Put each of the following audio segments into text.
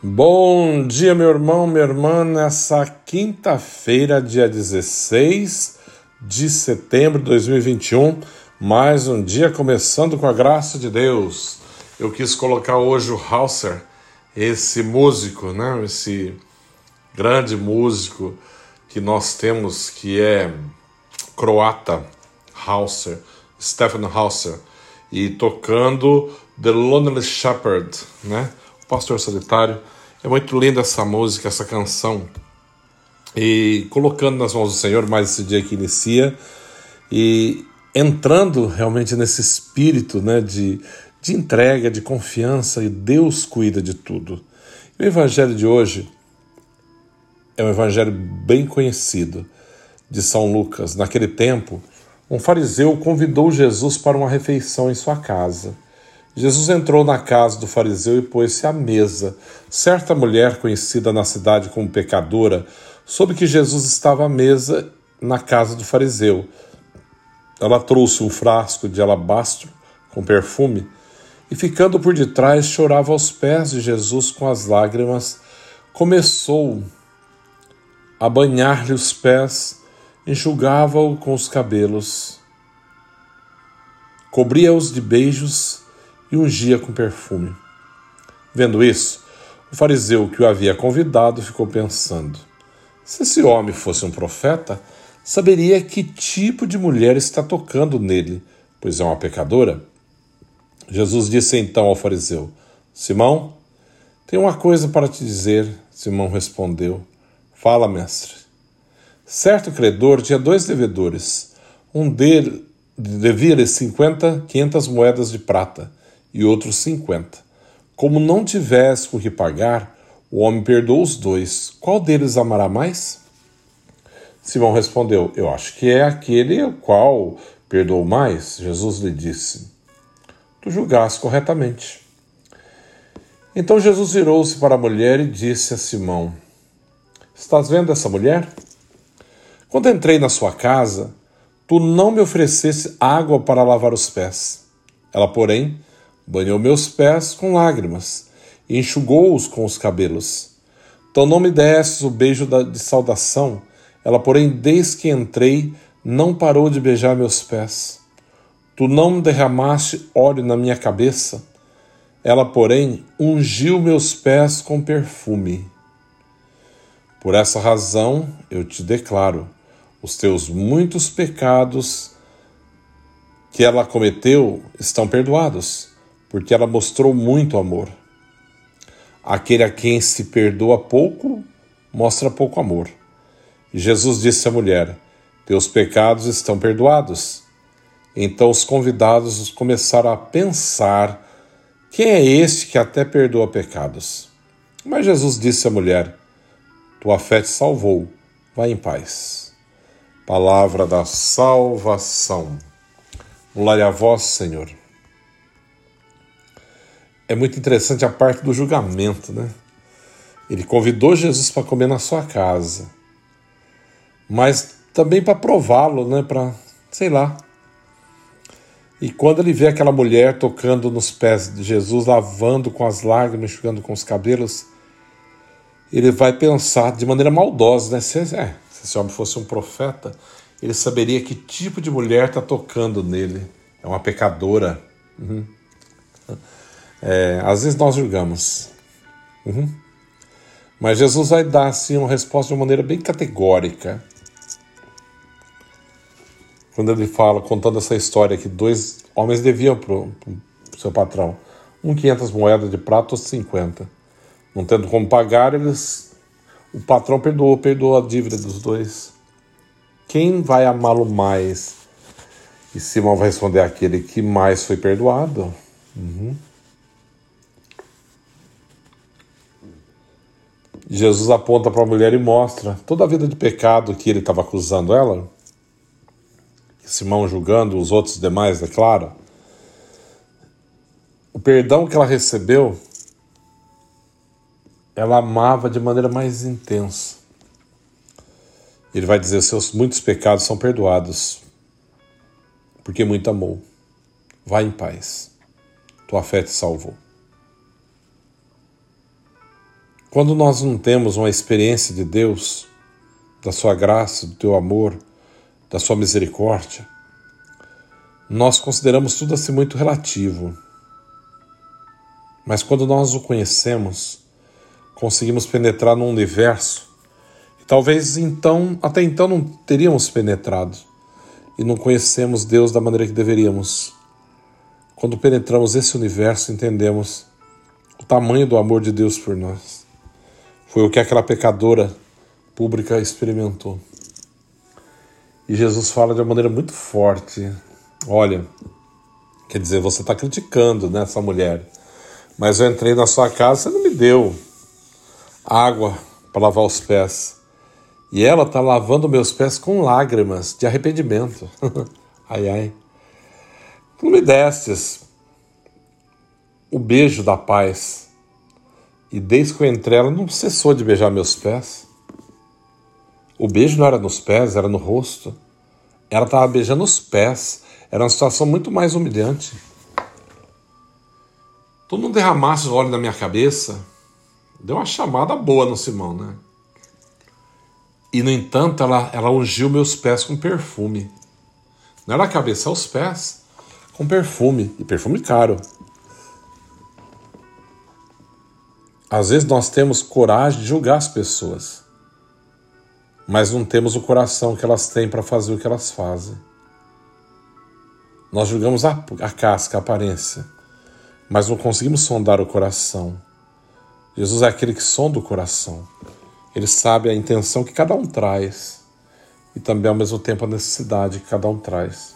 Bom dia, meu irmão, minha irmã, nessa quinta-feira, dia 16 de setembro de 2021, mais um dia começando com a graça de Deus. Eu quis colocar hoje o Hauser, esse músico, né? Esse grande músico que nós temos, que é croata, Hauser, Stefan Hauser, e tocando The Lonely Shepherd, né? O Pastor Solitário. É muito linda essa música, essa canção. E colocando nas mãos do Senhor mais esse dia que inicia e entrando realmente nesse espírito, né, de entrega, de confiança, e Deus cuida de tudo. E o evangelho de hoje é um evangelho bem conhecido de São Lucas. Naquele tempo, um fariseu convidou Jesus para uma refeição em sua casa. Jesus entrou na casa do fariseu e pôs-se à mesa. Certa mulher, conhecida na cidade como pecadora, soube que Jesus estava à mesa na casa do fariseu. Ela trouxe um frasco de alabastro com perfume e, ficando por detrás, chorava aos pés de Jesus com as lágrimas. Começou a banhar-lhe os pés, enxugava-o com os cabelos, cobria-os de beijos e ungia com perfume. Vendo isso, o fariseu que o havia convidado ficou pensando: se esse homem fosse um profeta, saberia que tipo de mulher está tocando nele, pois é uma pecadora. Jesus disse então ao fariseu: Simão, tenho uma coisa para te dizer. Simão respondeu: fala, mestre. Certo credor tinha 2 devedores. Um dele devia-lhe 500 moedas de prata e outros 50. Como não tivesse com que pagar, o homem perdoou os 2. Qual deles amará mais? Simão respondeu: eu acho que é aquele o qual perdoou mais. Jesus lhe disse: tu julgaste corretamente. Então Jesus virou-se para a mulher e disse a Simão: estás vendo essa mulher? Quando entrei na sua casa, tu não me ofereceste água para lavar os pés. Ela, porém, banhou meus pés com lágrimas e enxugou-os com os cabelos. Então não me destes o beijo de saudação. Ela, porém, desde que entrei, não parou de beijar meus pés. Tu não me derramaste óleo na minha cabeça. Ela, porém, ungiu meus pés com perfume. Por essa razão, eu te declaro, os teus muitos pecados que ela cometeu estão perdoados, porque ela mostrou muito amor. Aquele a quem se perdoa pouco, mostra pouco amor. E Jesus disse à mulher: teus pecados estão perdoados. Então os convidados começaram a pensar: quem é este que até perdoa pecados? Mas Jesus disse à mulher: tua fé te salvou, vai em paz. Palavra da salvação. Glória a vós, Senhor. É muito interessante a parte do julgamento, né? Ele convidou Jesus para comer na sua casa, mas também para prová-lo, né? Para, sei lá. E quando ele vê aquela mulher tocando nos pés de Jesus, lavando com as lágrimas, enxugando com os cabelos, ele vai pensar de maneira maldosa, né? Se esse homem fosse um profeta, ele saberia que tipo de mulher está tocando nele. É uma pecadora. Às vezes nós julgamos. Mas Jesus vai dar assim uma resposta de uma maneira bem categórica. Quando ele fala, contando essa história, que 2 homens deviam para o seu patrão. 500 moedas de prata, outro 50. Não tendo como pagar, o patrão perdoou a dívida dos 2. Quem vai amá-lo mais? E Simão vai responder: aquele que mais foi perdoado. Jesus aponta para a mulher e mostra toda a vida de pecado que ele estava acusando ela. Simão julgando, os outros demais, é claro. O perdão que ela recebeu, ela amava de maneira mais intensa. Ele vai dizer: seus muitos pecados são perdoados, porque muito amou. Vai em paz. Tua fé te salvou. Quando nós não temos uma experiência de Deus, da sua graça, do teu amor, da sua misericórdia, nós consideramos tudo assim muito relativo. Mas quando nós o conhecemos, conseguimos penetrar num universo que talvez até então não teríamos penetrado e não conhecemos Deus da maneira que deveríamos. Quando penetramos esse universo, entendemos o tamanho do amor de Deus por nós. Foi o que aquela pecadora pública experimentou. E Jesus fala de uma maneira muito forte. Olha, quer dizer, você está criticando, né, essa mulher, mas eu entrei na sua casa, você não me deu água para lavar os pés. E ela está lavando meus pés com lágrimas de arrependimento. Ai, ai. Tu não me destes o beijo da paz. E desde que eu entrei, ela não cessou de beijar meus pés. O beijo não era nos pés, era no rosto. Ela estava beijando os pés. Era uma situação muito mais humilhante. Tu não derramasse óleo na minha cabeça. Deu uma chamada boa no Simão, né? E, no entanto, ela ungiu meus pés com perfume. Não era a cabeça, os pés. Com perfume. E perfume caro. Às vezes nós temos coragem de julgar as pessoas, mas não temos o coração que elas têm para fazer o que elas fazem. Nós julgamos a casca, a aparência, mas não conseguimos sondar o coração. Jesus é aquele que sonda o coração. Ele sabe a intenção que cada um traz e também, ao mesmo tempo, a necessidade que cada um traz.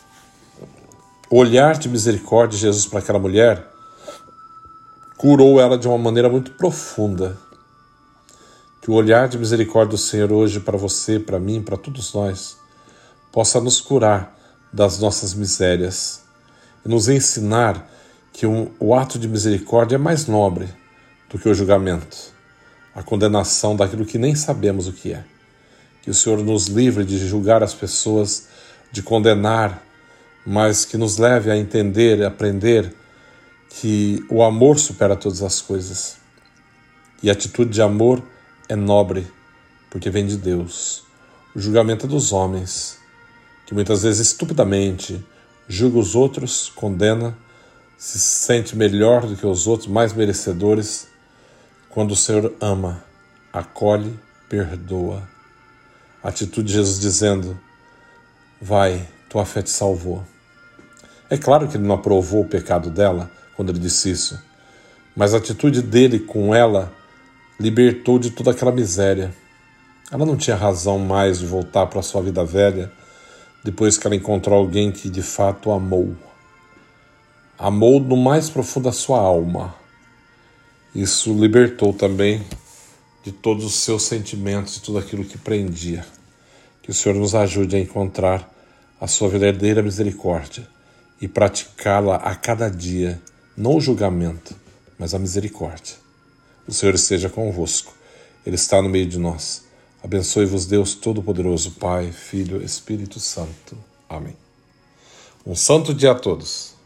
O olhar de misericórdia de Jesus para aquela mulher curou ela de uma maneira muito profunda. Que o olhar de misericórdia do Senhor hoje para você, para mim, para todos nós, possa nos curar das nossas misérias e nos ensinar que o ato de misericórdia é mais nobre do que o julgamento, a condenação daquilo que nem sabemos o que é. Que o Senhor nos livre de julgar as pessoas, de condenar, mas que nos leve a entender e aprender que o amor supera todas as coisas. E a atitude de amor é nobre, porque vem de Deus. O julgamento é dos homens, que muitas vezes estupidamente julga os outros, condena, se sente melhor do que os outros, mais merecedores, quando o Senhor ama, acolhe, perdoa. A atitude de Jesus dizendo: vai, tua fé te salvou. É claro que ele não aprovou o pecado dela quando ele disse isso, mas a atitude dele com ela libertou de toda aquela miséria. Ela não tinha razão mais de voltar para a sua vida velha depois que ela encontrou alguém que de fato amou. Amou no mais profundo da sua alma. Isso libertou também de todos os seus sentimentos, de tudo aquilo que prendia. Que o Senhor nos ajude a encontrar a sua verdadeira misericórdia e praticá-la a cada dia, não o julgamento, mas a misericórdia. O Senhor esteja convosco. Ele está no meio de nós. Abençoe-vos Deus Todo-Poderoso, Pai, Filho, Espírito Santo. Amém. Um santo dia a todos.